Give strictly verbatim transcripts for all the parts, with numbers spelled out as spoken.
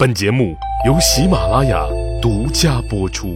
本节目由喜马拉雅独家播出。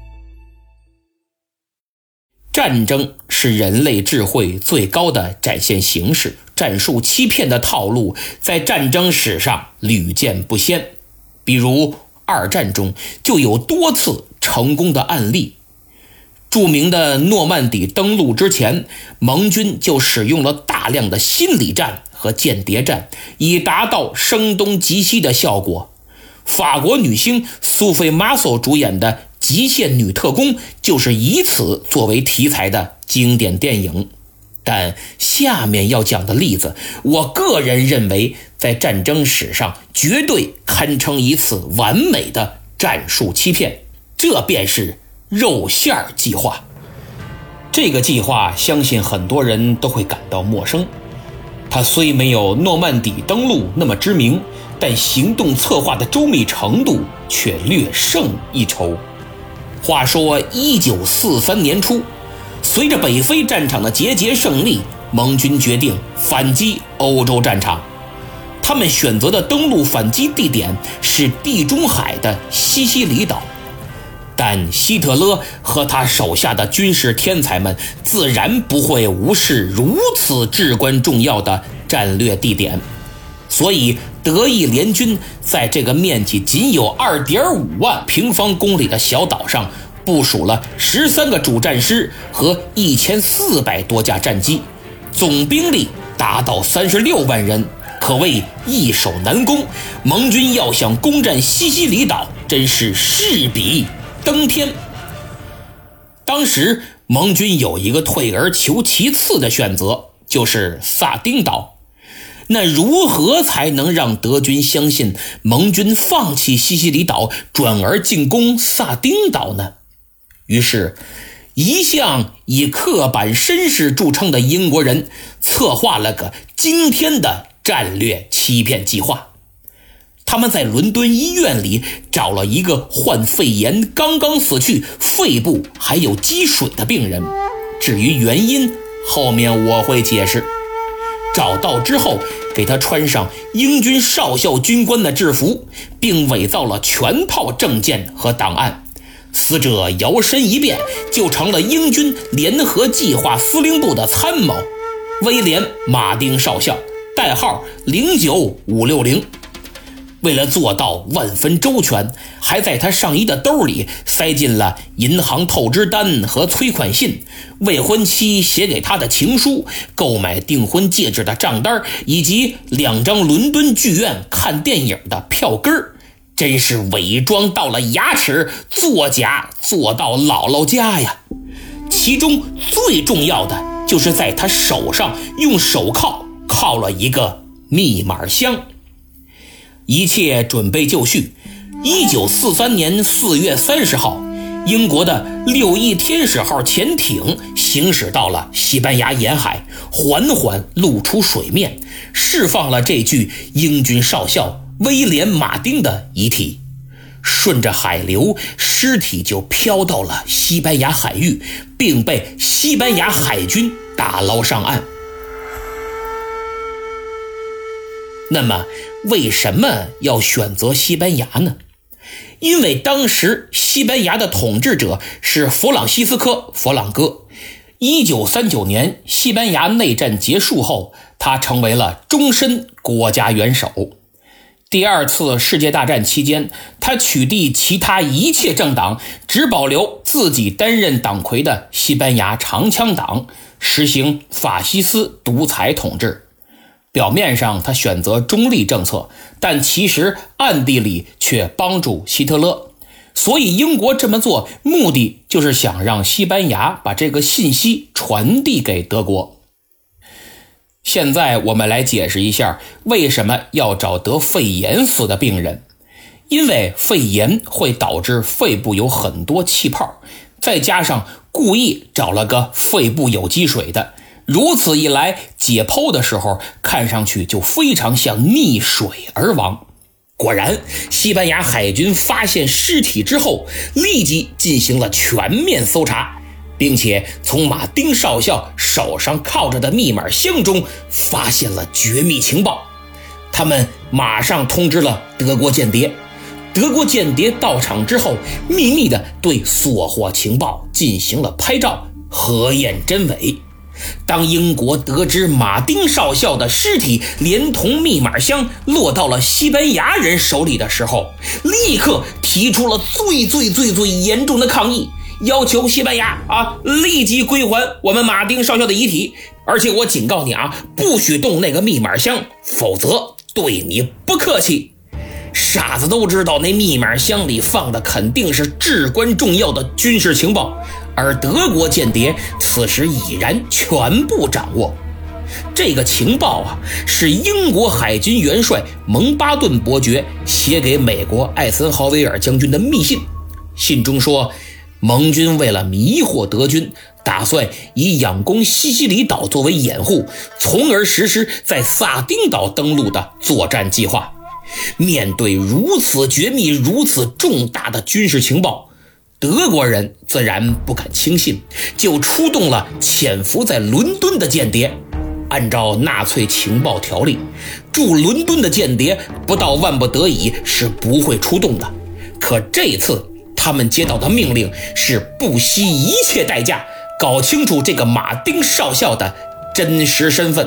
战争是人类智慧最高的展现形式，战术欺骗的套路在战争史上屡见不鲜。比如二战中就有多次成功的案例。著名的诺曼底登陆之前，盟军就使用了大量的心理战和间谍战，以达到声东击西的效果。法国女星苏菲玛索主演的《极限女特工》就是以此作为题材的经典电影。但下面要讲的例子，我个人认为在战争史上绝对堪称一次完美的战术欺骗，这便是肉馅儿计划。这个计划相信很多人都会感到陌生，它虽没有诺曼底登陆那么知名，但行动策划的周密程度却略胜一筹。话说一九四三年初，随着北非战场的节节胜利，盟军决定反击欧洲战场。他们选择的登陆反击地点是地中海的西西里岛，但希特勒和他手下的军事天才们自然不会无视如此至关重要的战略地点，所以德意联军在这个面积仅有 二点五万平方公里的小岛上部署了十三个主战师和一千四百多架战机，总兵力达到三十六万人，可谓易守难攻。盟军要想攻占西西里岛，真是势比登天。当时盟军有一个退而求其次的选择，就是萨丁岛。那如何才能让德军相信盟军放弃西西里岛，转而进攻萨丁岛呢？于是一向以刻板绅士著称的英国人策划了个惊天的战略欺骗计划。他们在伦敦医院里找了一个患肺炎刚刚死去，肺部还有积水的病人，至于原因后面我会解释。找到之后，给他穿上英军少校军官的制服，并伪造了全套证件和档案。死者摇身一变，就成了英军联合计划司令部的参谋威廉·马丁少校，代号零九五六零。为了做到万分周全，还在他上衣的兜里塞进了银行透支单和催款信，未婚妻写给他的情书，购买订婚戒指的账单，以及两张伦敦剧院看电影的票根，真是伪装到了牙齿，作假做到姥姥家呀。其中最重要的就是在他手上用手铐铐了一个密码箱。一切准备就绪，一九四三年四月三十号，英国的六翼天使号潜艇行驶到了西班牙沿海，缓缓露出水面，释放了这具英军少校威廉·马丁的遗体。顺着海流，尸体就飘到了西班牙海域，并被西班牙海军打捞上岸。那么为什么要选择西班牙呢？因为当时西班牙的统治者是弗朗西斯科·佛朗哥。一九三九年西班牙内战结束后，他成为了终身国家元首。第二次世界大战期间，他取缔其他一切政党，只保留自己担任党魁的西班牙长枪党，实行法西斯独裁统治。表面上他选择中立政策，但其实暗地里却帮助希特勒。所以英国这么做，目的就是想让西班牙把这个信息传递给德国。现在我们来解释一下为什么要找得肺炎死的病人。因为肺炎会导致肺部有很多气泡，再加上故意找了个肺部有积水的，如此一来，解剖的时候看上去就非常像溺水而亡。果然，西班牙海军发现尸体之后，立即进行了全面搜查，并且从马丁少校手上铐着的密码箱中发现了绝密情报。他们马上通知了德国间谍， 德国间谍到场之后，秘密地对所获情报进行了拍照，核验真伪。当英国得知马丁少校的尸体连同密码箱落到了西班牙人手里的时候，立刻提出了最最最最严重的抗议，要求西班牙啊立即归还我们马丁少校的遗体，而且我警告你啊，不许动那个密码箱，否则对你不客气。傻子都知道那密码箱里放的肯定是至关重要的军事情报，而德国间谍此时已然全部掌握。这个情报啊，是英国海军元帅蒙巴顿伯爵写给美国艾森豪威尔将军的密信。信中说，盟军为了迷惑德军，打算以仰攻西西里岛作为掩护，从而实施在萨丁岛登陆的作战计划。面对如此绝密、如此重大的军事情报，德国人自然不敢轻信，就出动了潜伏在伦敦的间谍。按照纳粹情报条例，驻伦敦的间谍不到万不得已是不会出动的。可这次他们接到的命令是不惜一切代价搞清楚这个马丁少校的真实身份。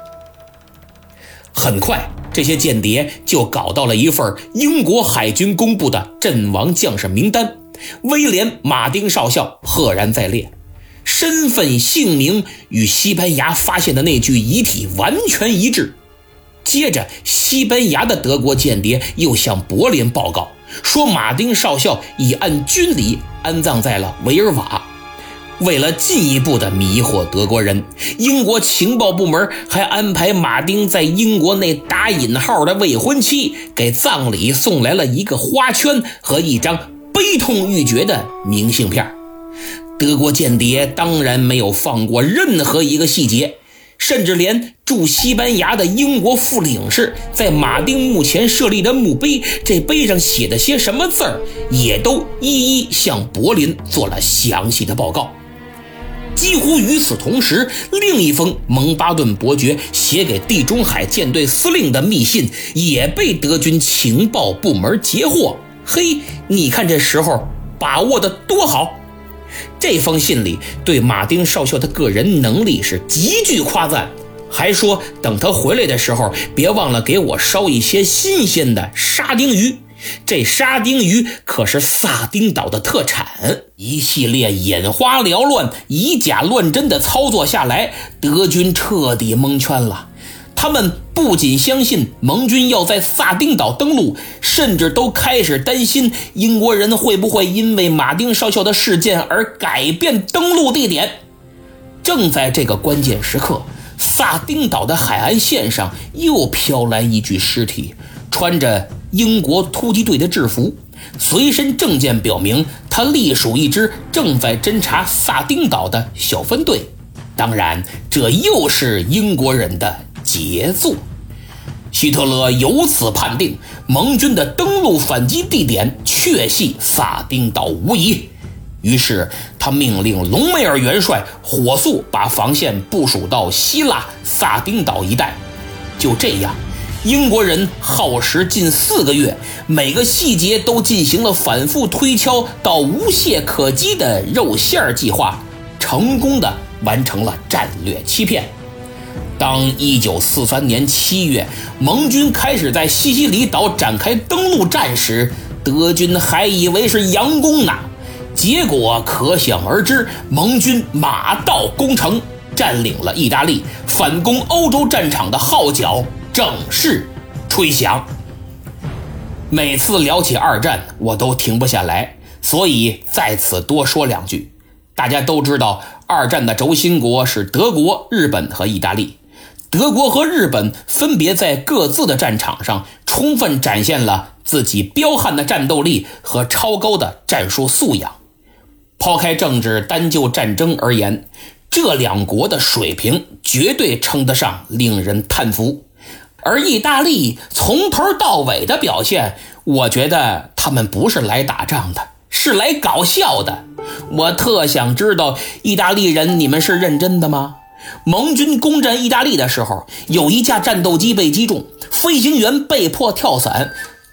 很快，这些间谍就搞到了一份英国海军公布的阵亡将士名单，威廉·马丁少校赫然在列，身份姓名与西班牙发现的那具遗体完全一致。接着，西班牙的德国间谍又向柏林报告，说马丁少校已按军礼安葬在了维尔瓦。为了进一步的迷惑德国人，英国情报部门还安排马丁在英国那打引号的未婚妻给葬礼送来了一个花圈和一张悲痛欲绝的明信片。德国间谍当然没有放过任何一个细节，甚至连驻西班牙的英国副领事在马丁墓前设立的墓碑，这碑上写的些什么字儿，也都一一向柏林做了详细的报告。几乎与此同时，另一封蒙巴顿伯爵写给地中海舰队司令的密信也被德军情报部门截获。嘿，你看这时候把握的多好！这封信里对马丁少校的个人能力是极具夸赞，还说等他回来的时候别忘了给我烧一些新鲜的沙丁鱼，这沙丁鱼可是萨丁岛的特产。一系列眼花缭乱、以假乱真的操作下来，德军彻底蒙圈了。他们不仅相信盟军要在萨丁岛登陆，甚至都开始担心英国人会不会因为马丁少校的事件而改变登陆地点。正在这个关键时刻，萨丁岛的海岸线上又飘来一具尸体，穿着英国突击队的制服，随身证件表明他隶属一支正在侦察萨丁岛的小分队。当然，这又是英国人的杰作。希特勒由此判定盟军的登陆反击地点确系萨丁岛无疑，于是他命令隆美尔元帅火速把防线部署到希腊萨丁岛一带。就这样，英国人耗时近四个月，每个细节都进行了反复推敲到无懈可击的肉馅计划，成功的完成了战略欺骗。当一九四三年七月，盟军开始在西西里岛展开登陆战时，德军还以为是佯攻呢，结果可想而知，盟军马到功成，占领了意大利，反攻欧洲战场的号角正式吹响。每次聊起二战，我都停不下来，所以在此多说两句。大家都知道，二战的轴心国是德国、日本和意大利。德国和日本分别在各自的战场上充分展现了自己彪悍的战斗力和超高的战术素养。抛开政治，单就战争而言，这两国的水平绝对称得上令人叹服。而意大利从头到尾的表现，我觉得他们不是来打仗的，是来搞笑的。我特想知道，意大利人，你们是认真的吗？盟军攻占意大利的时候，有一架战斗机被击中，飞行员被迫跳伞，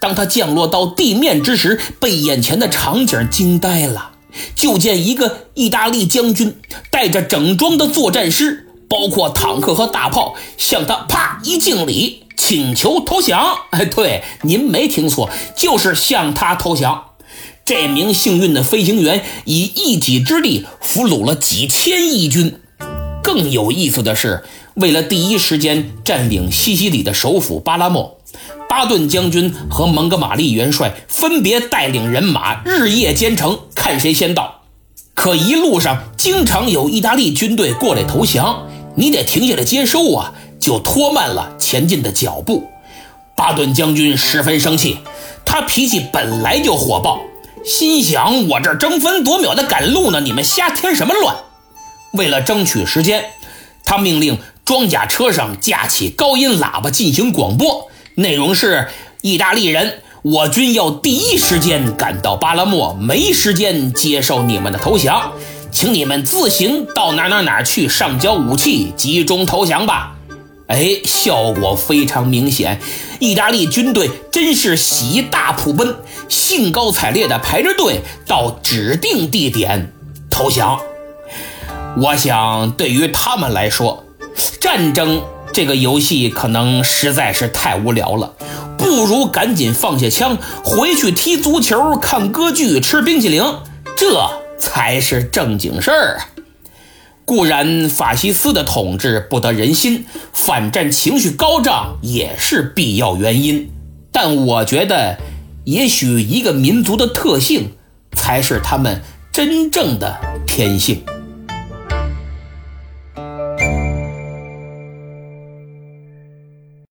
当他降落到地面之时，被眼前的场景惊呆了。就见一个意大利将军带着整装的作战师，包括坦克和大炮，向他啪一敬礼，请求投降。哎，对，您没听错，就是向他投降。这名幸运的飞行员以一己之力俘虏了几千义军。更有意思的是，为了第一时间占领西西里的首府巴拉莫，巴顿将军和蒙哥马利元帅分别带领人马日夜兼程，看谁先到。可一路上经常有意大利军队过来投降，你得停下来接收啊，就拖慢了前进的脚步。巴顿将军十分生气，他脾气本来就火爆，心想我这争分夺秒的赶路呢，你们瞎添什么乱。为了争取时间，他命令装甲车上架起高音喇叭进行广播，内容是：意大利人，我军要第一时间赶到巴拉莫，没时间接受你们的投降，请你们自行到哪哪哪去上交武器，集中投降吧。哎，效果非常明显，意大利军队真是喜大普奔，兴高采烈地排着队到指定地点投降。我想对于他们来说，战争这个游戏可能实在是太无聊了，不如赶紧放下枪，回去踢足球、看歌剧、吃冰淇淋，这才是正经事儿啊。固然法西斯的统治不得人心，反战情绪高涨也是必要原因，但我觉得也许一个民族的特性才是他们真正的天性。